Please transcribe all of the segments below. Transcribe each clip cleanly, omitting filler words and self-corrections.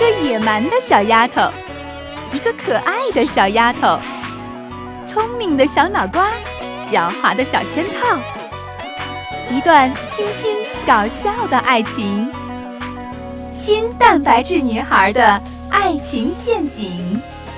个野蛮的小丫头，一个可爱的小丫头，聪明的小脑瓜，狡猾的小圈套，一段清新搞笑的爱情。新蛋白质女孩的爱情陷阱。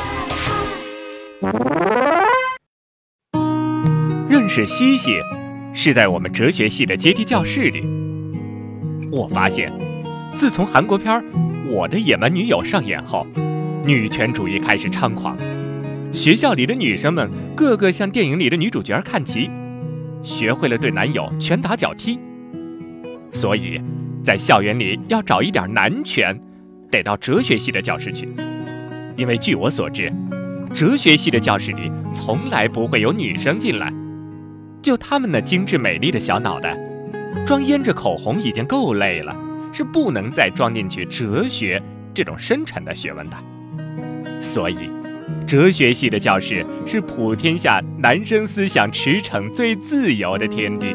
认识西西是在我们哲学系的阶梯教室里。我发现自从韩国片《我的野蛮女友》上演后，女权主义开始猖狂，学校里的女生们个个向电影里的女主角看齐，学会了对男友拳打脚踢。所以在校园里要找一点男权，得到哲学系的教室去。因为据我所知，哲学系的教室里从来不会有女生进来，就她们那精致美丽的小脑袋，装胭脂口红已经够累了，是不能再装进去哲学这种深沉的学问的。所以哲学系的教室是普天下男生思想驰骋最自由的天地。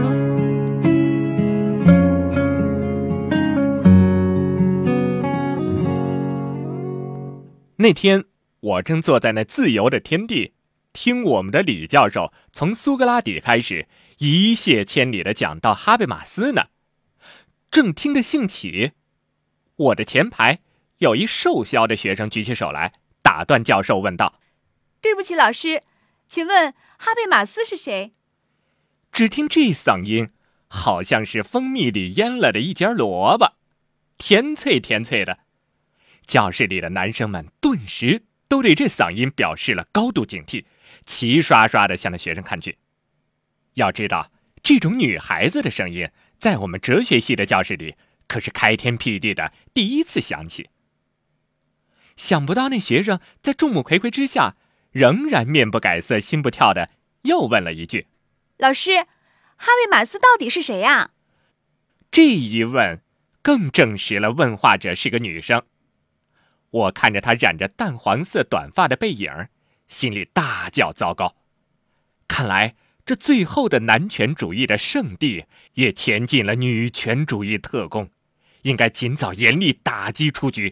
那天我正坐在那自由的天地，听我们的李教授从苏格拉底开始一泻千里地讲到哈贝马斯呢。正听得兴起，我的前排有一瘦削的学生举起手来，打断教授问道： 对不起老师，请问哈贝马斯是谁？ 只听这嗓音好像是蜂蜜里腌了的一截萝卜，甜脆甜脆的。教室里的男生们顿时都对这嗓音表示了高度警惕，齐刷刷地向那学生看去。要知道，这种女孩子的声音在我们哲学系的教室里可是开天辟地的第一次响起。想不到那学生在众目睽睽之下仍然面不改色心不跳的又问了一句： 老师，哈贝马斯到底是谁呀？ 这一问更证实了问话者是个女生。我看着她染着淡黄色短发的背影，心里大叫糟糕。看来这最后的男权主义的圣地也前进了女权主义特工，应该尽早严厉打击出局。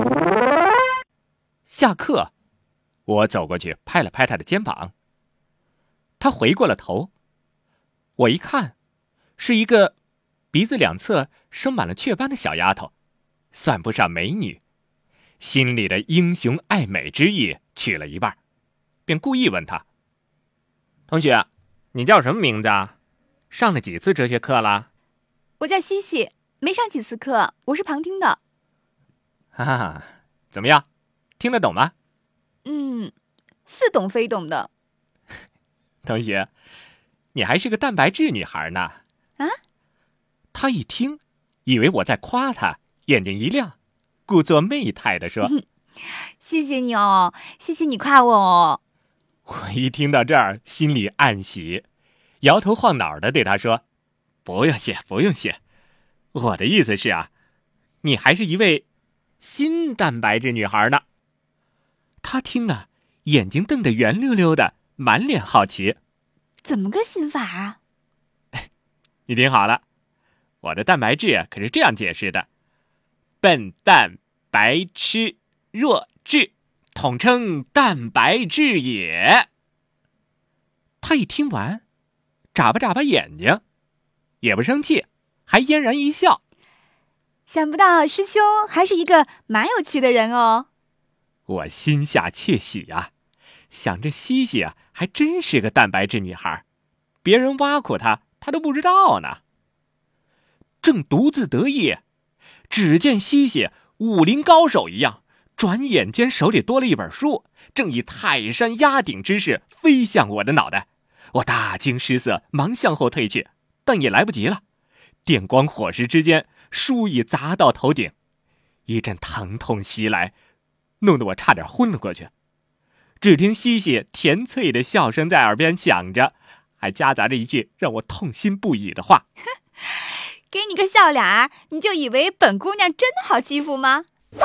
下课，我走过去拍了拍他的肩膀。他回过了头，我一看，是一个鼻子两侧生满了雀斑的小丫头，算不上美女，心里的英雄爱美之意去了一半，便故意问他：同学，你叫什么名字啊？上了几次哲学课了？ 我叫西西，没上几次课，我是旁听的。 哈哈，怎么样？听得懂吗？ 似懂非懂的。 同学，你还是个蛋白质女孩呢。 啊？ 他一听，以为我在夸他，眼睛一亮，故作媚态地说： 谢谢你哦，谢谢你夸我哦。 我一听到这儿，心里暗喜，摇头晃脑的对他说：不用谢，不用谢。我的意思是啊，你还是一位新蛋白质女孩呢。他听了，眼睛瞪得圆溜溜的，满脸好奇。 怎么个新法啊？ 你听好了，我的蛋白质可是这样解释的：笨蛋白痴弱智，统称蛋白质也。他一听完，眨巴眨巴眼睛，也不生气，还嫣然一笑。 想不到师兄还是一个蛮有趣的人哦。 我心下窃喜啊，想着西西啊，还真是个蛋白质女孩，别人挖苦她，她都不知道呢。正独自得意，只见西西武林高手一样，转眼间手里多了一本书，正以泰山压顶之势飞向我的脑袋。我大惊失色，忙向后退去，但也来不及了。电光火石之间，书已砸到头顶，一阵疼痛袭来，弄得我差点昏了过去。只听西西甜脆的笑声在耳边响着，还夹杂着一句让我痛心不已的话： 给你个笑脸儿，你就以为本姑娘真的好欺负吗？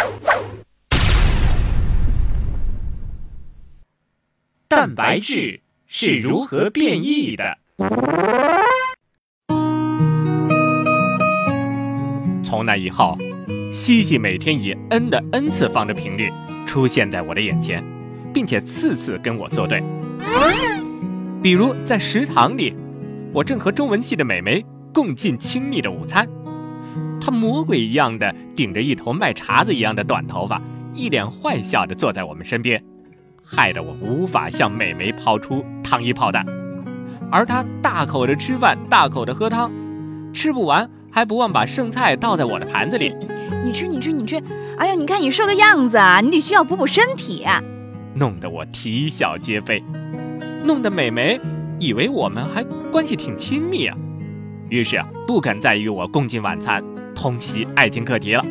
蛋白质是如何变异的？ 从那以后，西西每天以 n 的 n 次方的频率出现在我的眼前，并且次次跟我作对。比如在食堂里，我正和中文系的美眉共进亲密的午餐，她魔鬼一样的顶着一头卖碴子一样的短头发，一脸坏笑的坐在我们身边，害得我无法向美眉抛出糖衣炮弹。而她大口的吃饭，大口的喝汤，吃不完还不忘把剩菜倒在我的盘子里。 你吃。哎呀，你看你瘦的样子啊，你得需要补补身体啊。 弄得我啼笑皆非，弄得美眉以为我们还关系挺亲密啊，于是不敢再与我共进晚餐，通习爱情课题了。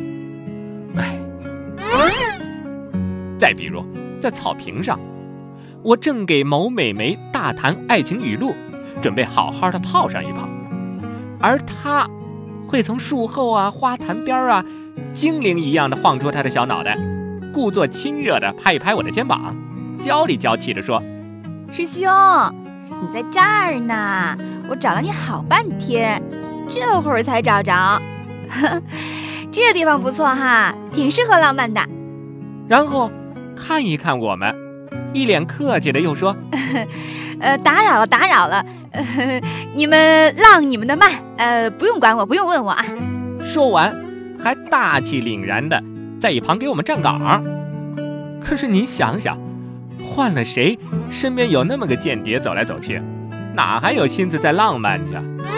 再比如在草坪上，我正给某美眉大谈爱情语录，准备好好的泡上一泡，而她会从树后啊、花坛边啊，精灵一样的晃出她的小脑袋，故作亲热的拍一拍我的肩膀，娇里娇气的说： 师兄，你在这儿呢，我找了你好半天，这会儿才找着。这地方不错哈，挺适合浪漫的。 然后看一看我们，一脸客气的又说： 打扰了，你们浪你们的慢，不用管我，不用问我啊。 说完还大气凛然的在一旁给我们站岗。可是你想想，换了谁身边有那么个间谍走来走去，哪还有心思在浪漫去？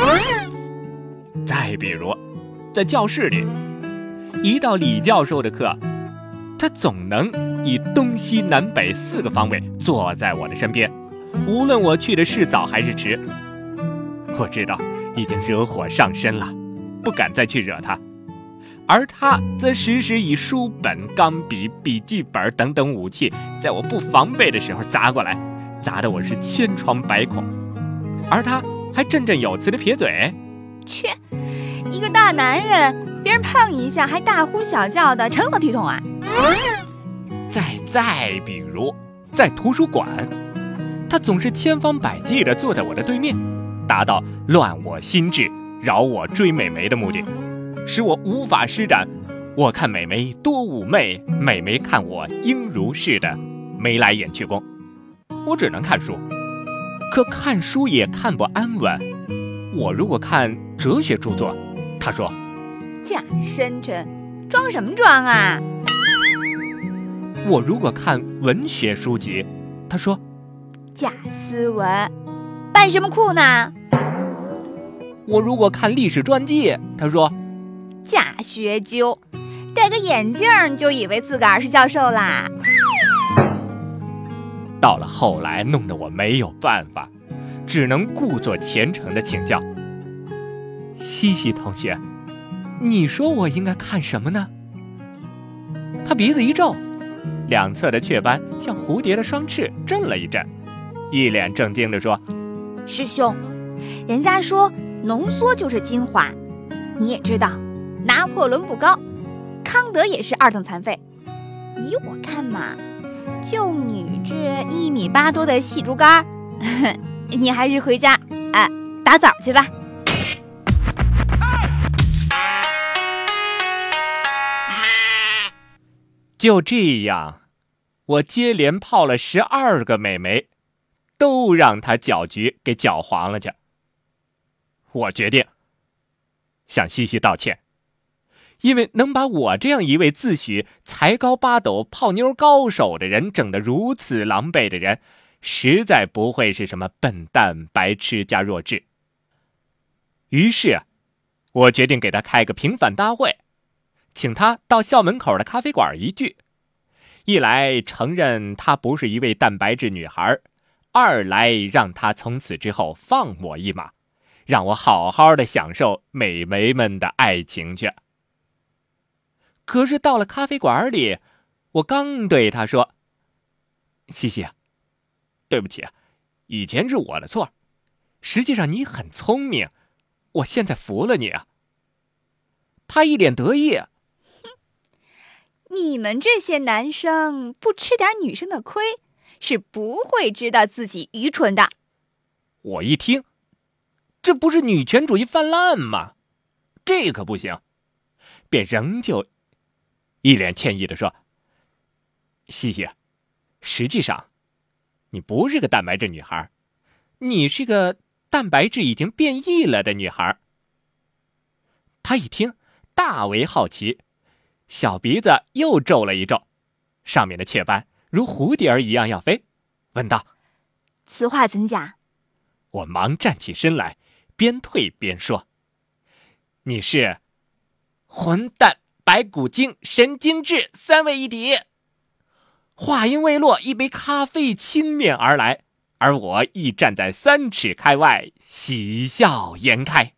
再比如在教室里，一到李教授的课，他总能以东西南北4个方位坐在我的身边，无论我去的是早还是迟。我知道已经惹火上身了，不敢再去惹他，而他则时时以书本、钢笔、笔记本等等武器在我不防备的时候砸过来，砸得我是千疮百孔。而他还振振有词的撇嘴： 切，一个大男人，别人碰一下还大呼小叫的，成何体统啊！ 再比如在图书馆，他总是千方百计地坐在我的对面，达到乱我心智、扰我追美眉的目的，使我无法施展我看美眉多妩媚，美眉看我应如是的眉来眼去功。我只能看书，可看书也看不安稳。我如果看哲学著作，他说： 假深沉，装什么装啊？ 我如果看文学书籍，他说： 假斯文，扮什么酷呢？ 我如果看历史传记，他说： 假学究，戴个眼镜就以为自个儿是教授啦。 到了后来，弄得我没有办法，只能故作虔诚地请教：西西同学，你说我应该看什么呢？他鼻子一皱，两侧的雀斑像蝴蝶的双翅震了一震，一脸正经地说： 师兄，人家说浓缩就是精华，你也知道拿破仑不高，康德也是2等残废，依我看嘛，就你这1.8米多的细竹竿，你还是回家打枣去吧。 就这样，我接连泡了12个美眉，都让他搅局给搅黄了去。我决定向西西道歉，因为能把我这样一位自诩才高八斗、泡妞高手的人整得如此狼狈的人，实在不会是什么笨蛋、白痴加弱智。于是我决定给他开个平反大会，请他到校门口的咖啡馆一聚，一来承认她不是一位蛋白质女孩，二来让她从此之后放我一马，让我好好的享受美眉们的爱情去。可是到了咖啡馆里，我刚对她说：西西，对不起，以前是我的错，实际上你很聪明，我现在服了你啊。她一脸得意： 你们这些男生不吃点女生的亏，是不会知道自己愚蠢的。 我一听，这不是女权主义泛滥吗？这可不行， 便仍旧一脸歉意地说：“西西，实际上，你不是个蛋白质女孩，你是个蛋白质已经变异了的女孩。”他一听，大为好奇，小鼻子又皱了一皱，上面的雀斑如蝴蝶儿一样要飞，问道：“ 此话怎讲？” 我忙站起身来，边退边说：“你是混蛋白骨精神经质三位一体。”话音未落，一杯咖啡倾面而来，而我亦站在3尺开外，喜笑颜开。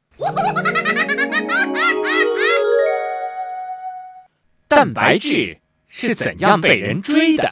蛋白质是怎样被人追的？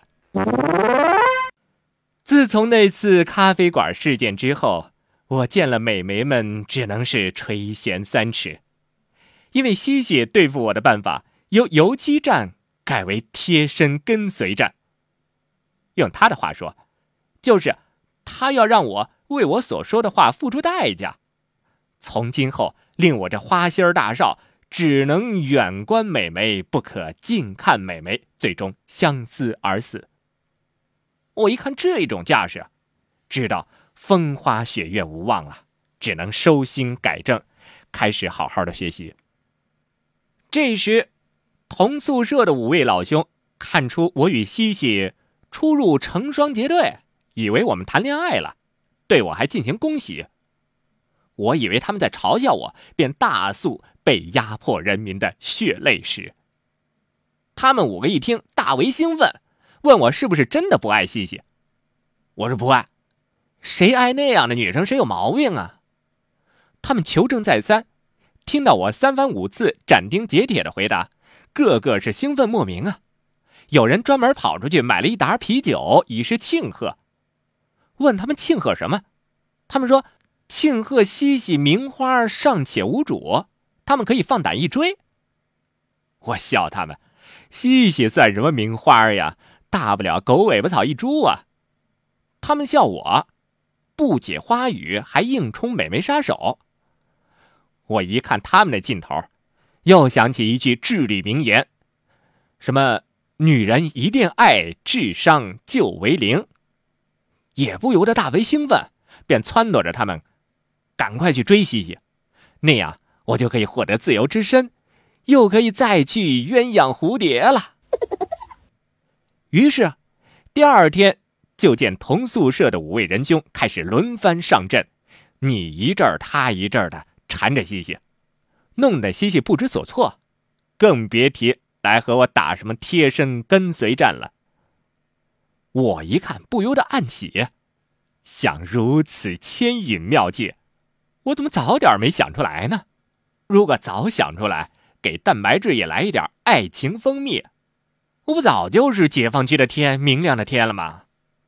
自从那次咖啡馆事件之后，我见了美眉们只能是垂涎3尺，因为西西对付我的办法由游击战改为贴身跟随战。用他的话说，就是他要让我为我所说的话付出代价。从今后，令我这花心大少只能远观美眉，不可近看美眉，最终相思而死。我一看这种架势，知道风花雪月无望了，只能收心改正，开始好好的学习。这时，同宿舍的5位老兄看出我与西西出入成双结对，以为我们谈恋爱了，对我还进行恭喜。我以为他们在嘲笑我，便大诉被压迫人民的血泪史。他们5个一听，大为兴奋，问我是不是真的不爱西西。我说不爱，谁爱那样的女生，谁有毛病啊？他们求证再三，听到我3番5次斩钉截铁的回答，个个是兴奋莫名啊。有人专门跑出去买了一打啤酒，以示庆贺。问他们庆贺什么？他们说庆贺西西名花尚且无主，他们可以放胆一追。我笑他们，西西算什么名花呀，大不了狗尾巴草一株啊。他们笑我不解花语，还硬充美眉杀手。我一看他们的劲头，又想起一句至理名言，什么女人一恋爱，智商就为零，也不由得大为兴奋，便撺掇着他们赶快去追西西，那样我就可以获得自由之身，又可以再去鸳鸯蝴蝶了。于是第2天就见同宿舍的5位仁兄开始轮番上阵，你一阵儿他一阵儿的缠着西西，弄得西西不知所措，更别提来和我打什么贴身跟随战了。我一看不由得暗喜，想如此牵引妙计，我怎么早点没想出来呢？如果早想出来，给蛋白质也来一点爱情蜂蜜，我不早就是解放区的天，明亮的天了吗？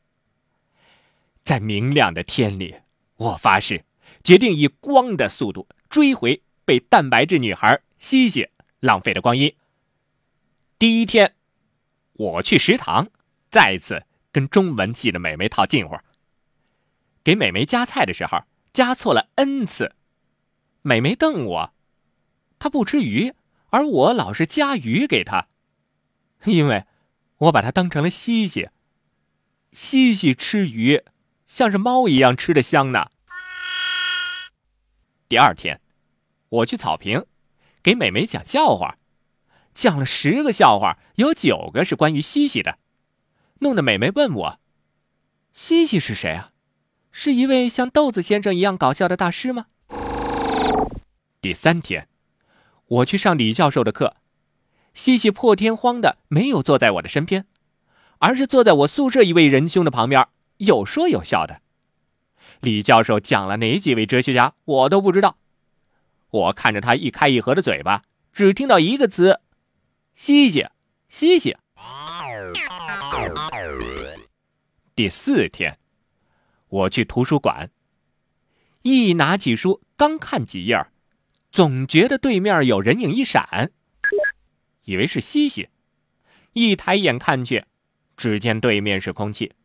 在明亮的天里，我发誓决定以光的速度追回被蛋白质女孩西西浪费的光阴。第1天，我去食堂，再次跟中文系的美眉套近乎。给美眉夹菜的时候，夹错了 N 次。美眉瞪我，她不吃鱼，而我老是夹鱼给她，因为我把她当成了西西。西西吃鱼像是猫一样吃得香呢。第2天，我去草坪给美眉讲笑话，讲了10个笑话，有9个是关于西西的，弄得美眉问我，西西是谁啊？是一位像豆子先生一样搞笑的大师吗？第3天，我去上李教授的课，西西破天荒的没有坐在我的身边，而是坐在我宿舍一位仁兄的旁边，有说有笑的。李教授讲了哪几位哲学家，我都不知道。我看着他一开一合的嘴巴，只听到一个词：西西，西西。第4天，我去图书馆，一拿起书，刚看几页，总觉得对面有人影一闪，以为是西西，一抬眼看去，只见对面是空气。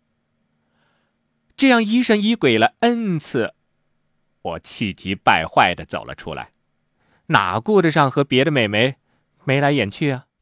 这样疑神疑鬼了 N 次，我气急败坏地走了出来， 哪顾得上和别的美眉眉来眼去啊？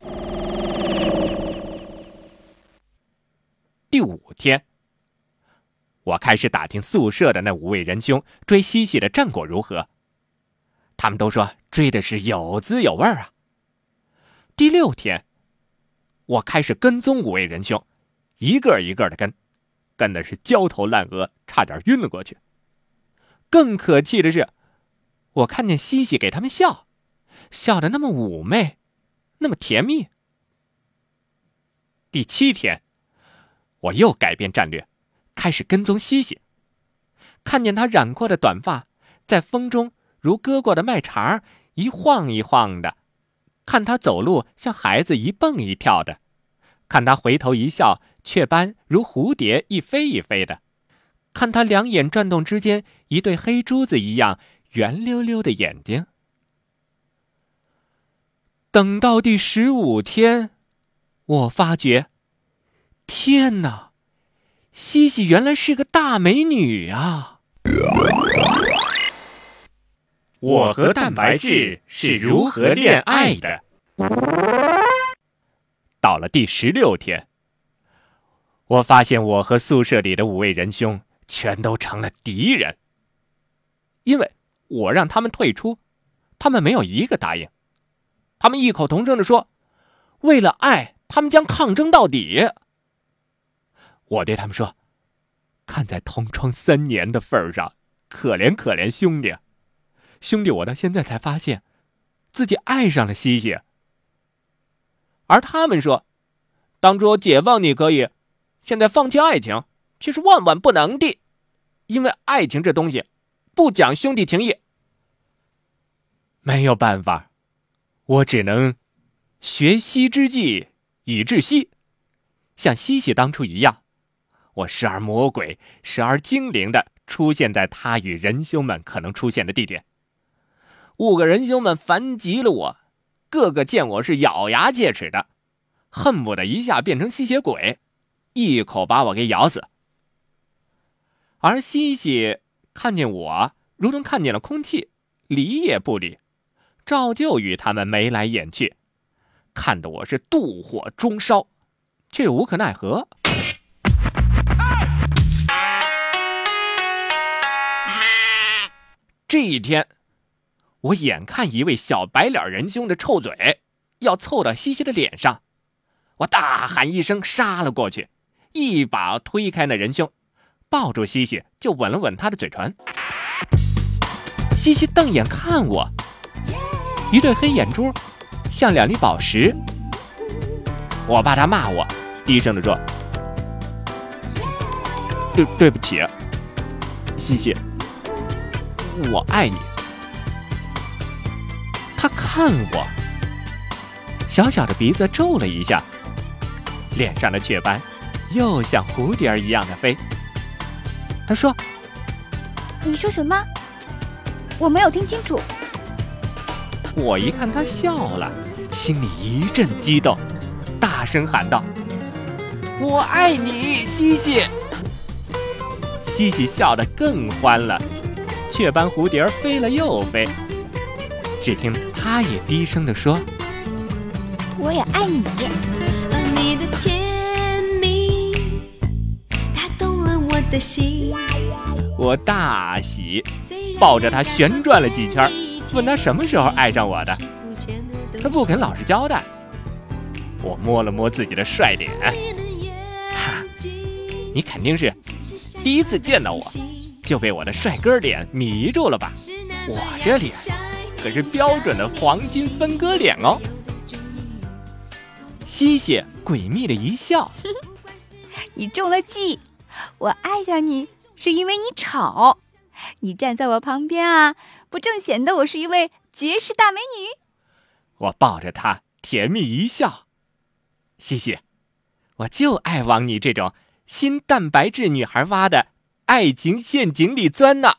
第5天，我开始打听宿舍的那5位仁兄追西西的战果如何。他们都说追的是有滋有味啊。第6天，我开始跟踪5位仁兄，一个一个的跟的是焦头烂额，差点晕了过去。更可气的是，我看见西西给他们笑，笑得那么妩媚，那么甜蜜。第7天，我又改变战略，开始跟踪西西。看见她染过的短发在风中如割过的麦茬一晃一晃的，看她走路像孩子一蹦一跳的，看她回头一笑，雀斑如蝴蝶一飞一飞的，看她两眼转动之间一对黑珠子一样圆溜溜的眼睛。等到第15天，我发觉，天哪，西西原来是个大美女啊！我和蛋白质是如何恋爱的？到了第16天，我发现我和宿舍里的5位仁兄全都成了敌人。因为我让他们退出，他们没有一个答应。他们异口同声地说，为了爱，他们将抗争到底。我对他们说，看在同窗3年的份上，可怜可怜兄弟。兄弟，我到现在才发现，自己爱上了西西。而他们说，当初解放你可以，现在放弃爱情却是万万不能的，因为爱情这东西不讲兄弟情义。没有办法，我只能学西之计以治西，像西西当初一样，我时而魔鬼，时而精灵的出现在他与仁兄们可能出现的地点。5个仁兄们烦极了我，个个见我是咬牙切齿的，恨不得一下变成吸血鬼，一口把我给咬死。而西西看见我如同看见了空气，理也不理，照旧与他们眉来眼去，看得我是妒火中烧，却又无可奈何。这一天，我眼看一位小白脸仁兄的臭嘴要凑到西西的脸上，我大喊一声杀了过去，一把推开那仁兄，抱住西西就吻了吻他的嘴唇。西西瞪眼看我，一对黑眼珠像2粒宝石。我怕他骂我，低声地说，对不起，西西，我爱你。他看我，小小的鼻子皱了一下，脸上的雀斑又像蝴蝶一样的飞。他说， 你说什么？我没有听清楚。 我一看他笑了，心里一阵激动，大声喊道，我爱你，西西。西西笑得更欢了，雀斑蝴蝶飞了又飞。只听他也低声地说， 我也爱你。 你的甜蜜打动了我的心。 我大喜，抱着他旋转了几圈，问他什么时候爱上我的。他不肯老实交代。我摸了摸自己的帅脸，哈，你肯定是第一次见到我就被我的帅哥脸迷住了吧？我这脸可是标准的黄金分割脸哦。西西诡秘的一笑， 你中了计，我爱上你是因为你丑，你站在我旁边啊，不正显得我是一位绝世大美女？ 我抱着她甜蜜一笑，西西，我就爱往你这种新蛋白质女孩挖的爱情陷阱里钻呢。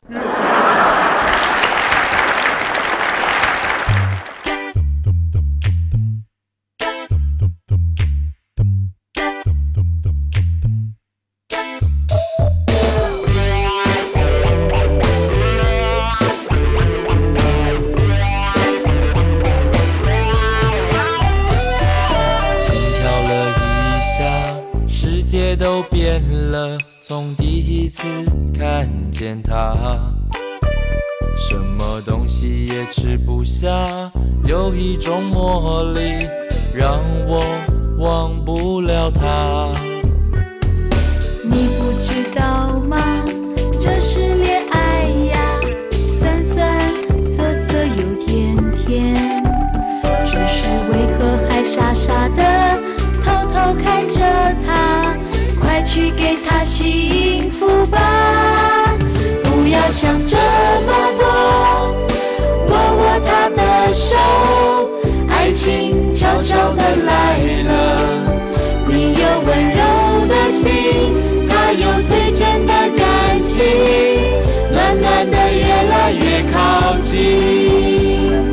都变了，从第一次看见他，什么东西也吃不下，有一种魔力让我忘不了他。 你不知道吗？这是恋爱呀，酸酸涩涩又甜甜，只是为何还傻傻的偷偷看着他？快去给他幸福吧，不要想这么多，握握他的手，爱情悄悄地来了。你有温柔的心，他有最真的感情，暖暖的越来越靠近。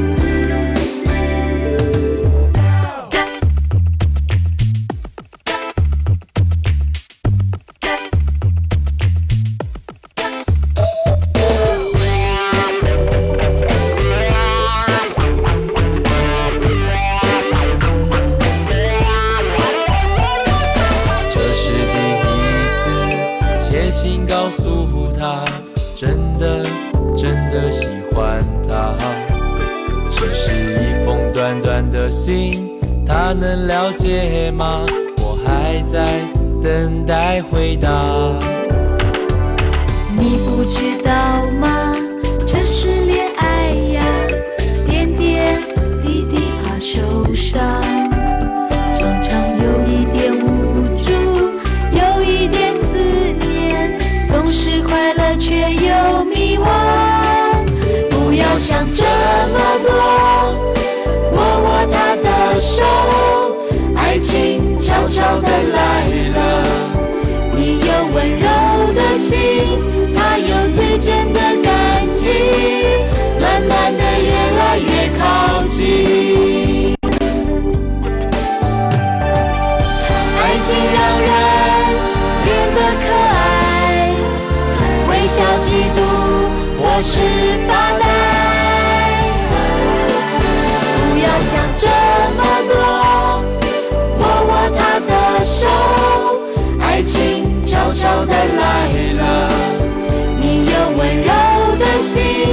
告诉他，真的喜欢他，只是一封短短的信，他能了解吗？我还在等待回答。 你不知道吗？这是恋爱呀，点点滴滴怕受伤，常常有一点无助，有一点思念，总是快乐却又迷惘。不要想这么多，握握他的手，爱情悄悄地来了。你有温柔的心，他有最真的感情，暖暖的越来越靠近。爱情让人变得可爱，微笑嫉妒或是发呆。不要想这么多，握握他的手，爱情悄悄地来了。你有温柔的心，